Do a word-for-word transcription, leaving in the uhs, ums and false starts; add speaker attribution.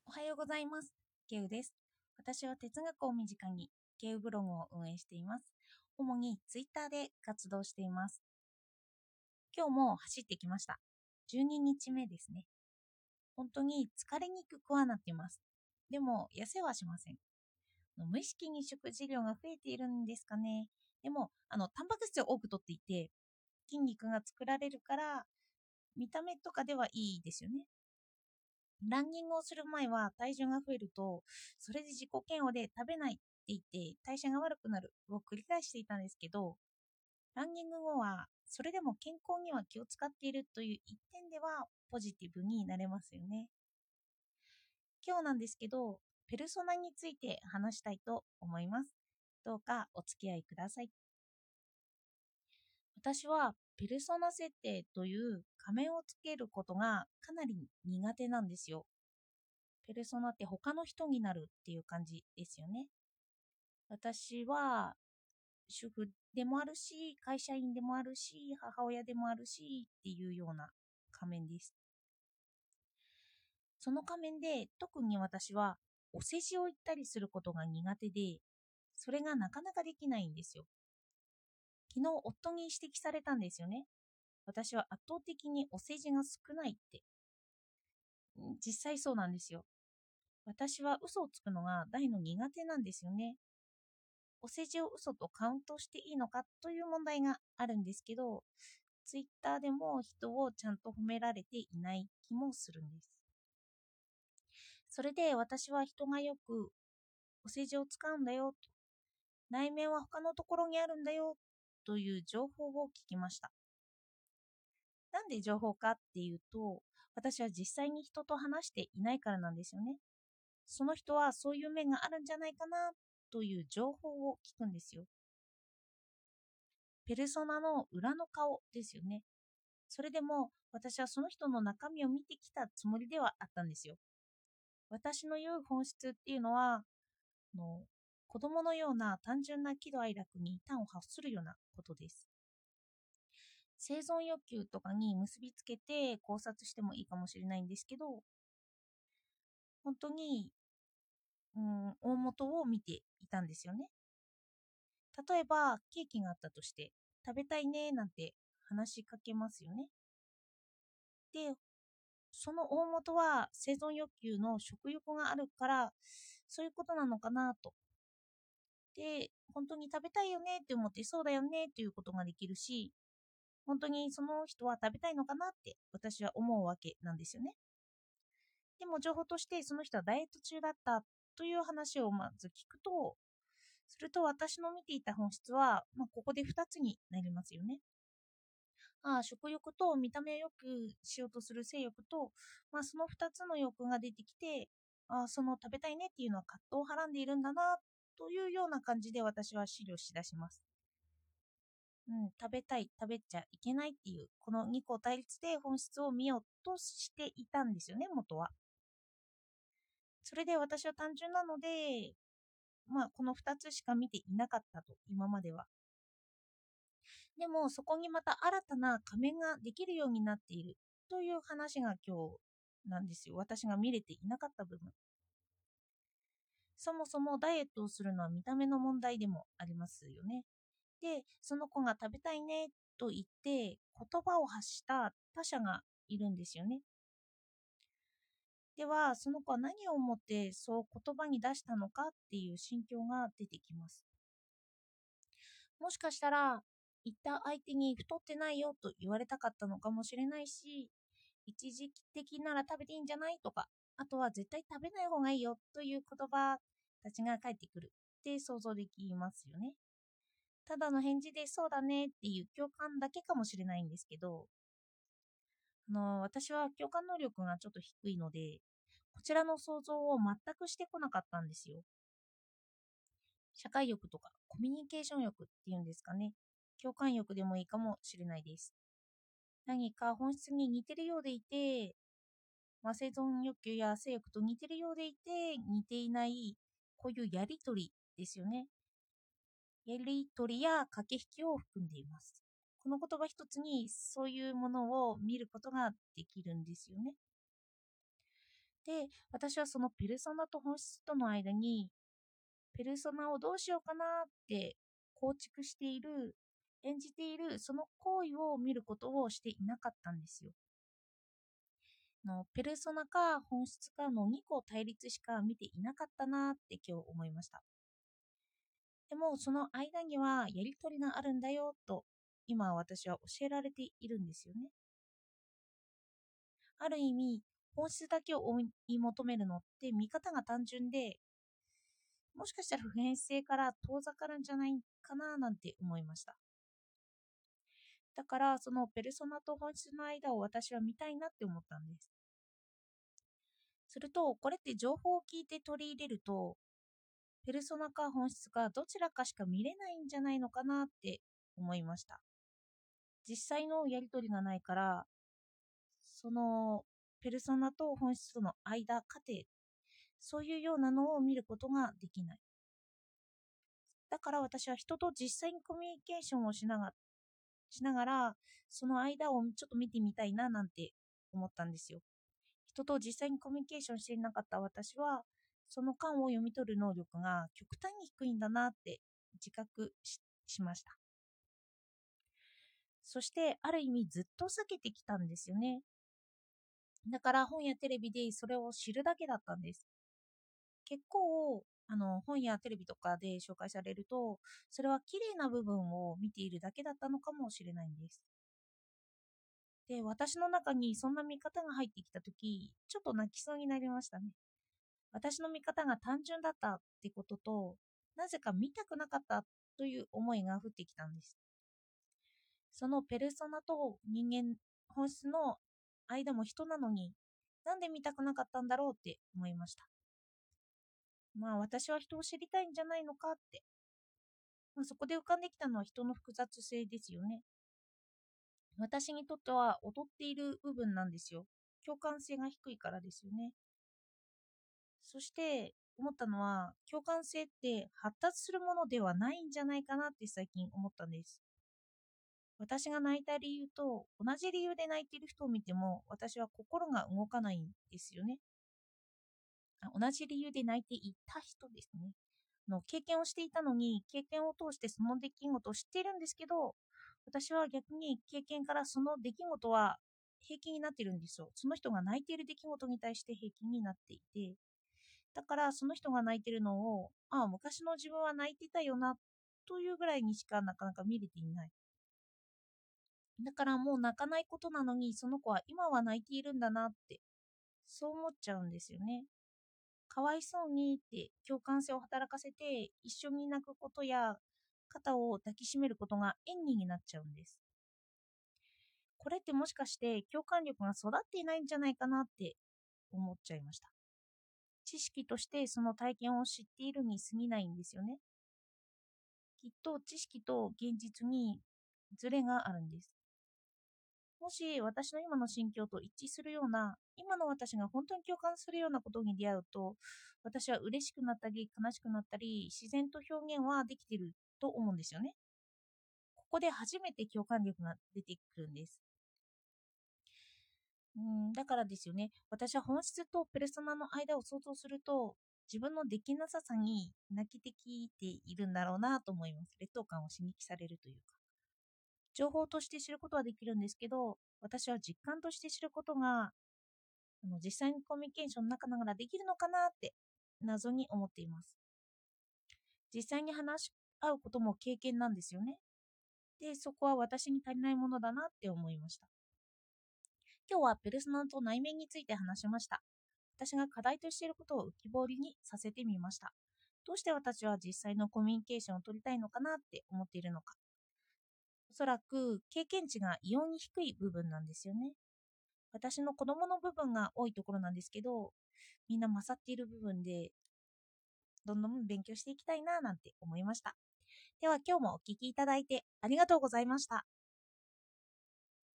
Speaker 1: おはようございます。ケウです。私は哲学を身近にケウブログを運営しています。主にツイッターで活動しています。今日も走ってきました。じゅうににちめですね。本当に疲れにくくはなっています。でも痩せはしません。無意識に食事量が増えているんですかね。でもあのタンパク質を多く摂っていて筋肉が作られるから見た目とかではいいですよね。ランニングをする前は体重が増えると、それで自己嫌悪で食べないって言って代謝が悪くなるを繰り返していたんですけど、ランニング後はそれでも健康には気を使っているという一点ではポジティブになれますよね。今日なんですけど、ペルソナについて話したいと思います。どうかお付き合いください。私はペルソナ設定という仮面をつけることがかなり苦手なんですよ。ペルソナって他の人になるっていう感じですよね。私は主婦でもあるし、会社員でもあるし、母親でもあるしっていうような仮面です。その仮面で特に私はお世辞を言ったりすることが苦手で、それがなかなかできないんですよ。昨日夫に指摘されたんですよね。私は圧倒的にお世辞が少ないって。実際そうなんですよ。私は嘘をつくのが大の苦手なんですよね。お世辞を嘘とカウントしていいのかという問題があるんですけど、ツイッターでも人をちゃんと褒められていない気もするんです。それで私は人がよくお世辞を使うんだよと、内面は他のところにあるんだよという情報を聞きました。なんで情報かっていうと、私は実際に人と話していないからなんですよね。その人はそういう面があるんじゃないかなという情報を聞くんですよ。ペルソナの裏の顔ですよね。それでも私はその人の中身を見てきたつもりではあったんですよ。私の言う本質っていうのは、あの子供のような単純な喜怒哀楽に端を発するようなことです。生存欲求とかに結びつけて考察してもいいかもしれないんですけど、本当に、うん、大元を見ていたんですよね。例えば、ケーキがあったとして、食べたいねなんて話しかけますよね。で、その大元は生存欲求の食欲があるから、そういうことなのかなと。で、本当に食べたいよねって思って、そうだよねっていうことができるし、本当にその人は食べたいのかなって私は思うわけなんですよね。でも情報としてその人はダイエット中だったという話をまず聞くと、すると私の見ていた本質は、まあ、ここでふたつになりますよね。ああ、食欲と見た目を良くしようとする性欲と、まあ、そのふたつの欲が出てきて、ああ、その食べたいねっていうのは葛藤をはらんでいるんだなというような感じで私は資料し出します。うん、食べたい、食べちゃいけないっていう、このにこ対立で本質を見ようとしていたんですよね、元は。それで私は単純なので、まあ、このふたつしか見ていなかったと、今までは。でも、そこにまた新たな仮面ができるようになっているという話が今日なんですよ。私が見れていなかった部分。そもそもダイエットをするのは見た目の問題でもありますよね。で、その子が食べたいねと言って言葉を発した他者がいるんですよね。では、その子は何を思ってそう言葉に出したのかっていう心境が出てきます。もしかしたら、言った相手に太ってないよと言われたかったのかもしれないし、一時的なら食べていいんじゃないとか、あとは絶対食べない方がいいよという言葉たちが返ってくるって想像できますよね。ただの返事でそうだねっていう共感だけかもしれないんですけど、あの私は共感能力がちょっと低いので、こちらの想像を全くしてこなかったんですよ。社会欲とかコミュニケーション欲っていうんですかね。共感欲でもいいかもしれないです。何か本質に似てるようでいて、まあ、生存欲求や性欲と似てるようでいて、似ていない、こういうやりとりですよね。やりとりや駆け引きを含んでいます。この言葉一つにそういうものを見ることができるんですよね。 で、私はそのペルソナと本質との間に、ペルソナをどうしようかなって構築している、演じているその行為を見ることをしていなかったんですよ。のペルソナか本質かのにこ対立しか見ていなかったなって今日思いました。でもその間にはやりとりがあるんだよと今私は教えられているんですよね。ある意味本質だけを追い求めるのって見方が単純で、もしかしたら普遍性から遠ざかるんじゃないかななんて思いました。だからそのペルソナと本質の間を私は見たいなって思ったんです。するとこれって情報を聞いて取り入れると、ペルソナか本質かどちらかしか見れないんじゃないのかなって思いました。実際のやり取りがないから、そのペルソナと本質との間、過程、そういうようなのを見ることができない。だから私は人と実際にコミュニケーションをしながしながら、その間をちょっと見てみたいななんて思ったんですよ。人と実際にコミュニケーションしていなかった私は、その間を読み取る能力が極端に低いんだなって自覚 し, しました。そしてある意味ずっと避けてきたんですよね。だから本やテレビでそれを知るだけだったんです。結構あの本やテレビとかで紹介されると、それは綺麗な部分を見ているだけだったのかもしれないんです。で、私の中にそんな見方が入ってきたとき、ちょっと泣きそうになりましたね。私の見方が単純だったってことと、なぜか見たくなかったという思いが降ってきたんです。そのペルソナと人間本質の間も人なのに、なんで見たくなかったんだろうって思いました。まあ私は人を知りたいんじゃないのかって。まあ、そこで浮かんできたのは人の複雑性ですよね。私にとっては劣っている部分なんですよ。共感性が低いからですよね。そして思ったのは、共感性って発達するものではないんじゃないかなって最近思ったんです。私が泣いた理由と同じ理由で泣いている人を見ても、私は心が動かないんですよね。あ、同じ理由で泣いていた人ですね。の経験をしていたのに、経験を通してその出来事を知っているんですけど、私は逆に経験からその出来事は平気になっているんですよ。その人が泣いている出来事に対して平気になっていて、だからその人が泣いているのを、ああ、昔の自分は泣いてたよなというぐらいにしかなかなか見れていない。だからもう泣かないことなのに、その子は今は泣いているんだなって、そう思っちゃうんですよね。かわいそうにって共感性を働かせて、一緒に泣くことや肩を抱きしめることが演技になっちゃうんです。これってもしかして共感力が育っていないんじゃないかなって思っちゃいました。知識としてその体験を知っているに過ぎないんですよね。きっと知識と現実にズレがあるんです。もし私の今の心境と一致するような、今の私が本当に共感するようなことに出会うと、私は嬉しくなったり悲しくなったり、自然と表現はできていると思うんですよね。ここで初めて共感力が出てくるんです。うん、だからですよね。私は本質とペルソナの間を想像すると、自分のできなささに泣きてきているんだろうなと思います。劣等感を刺激されるというか。情報として知ることはできるんですけど、私は実感として知ることが、あの実際にコミュニケーションの中ながらできるのかなって謎に思っています。実際に話し合うことも経験なんですよね。で、そこは私に足りないものだなって思いました。今日はペルソナと内面について話しました。私が課題としていることを浮き彫りにさせてみました。どうして私は実際のコミュニケーションを取りたいのかなって思っているのか。おそらく経験値が異様に低い部分なんですよね。私の子供の部分が多いところなんですけど、みんな勝っている部分で、どんどん勉強していきたいななんて思いました。では今日もお聞きいただいてありがとうございました。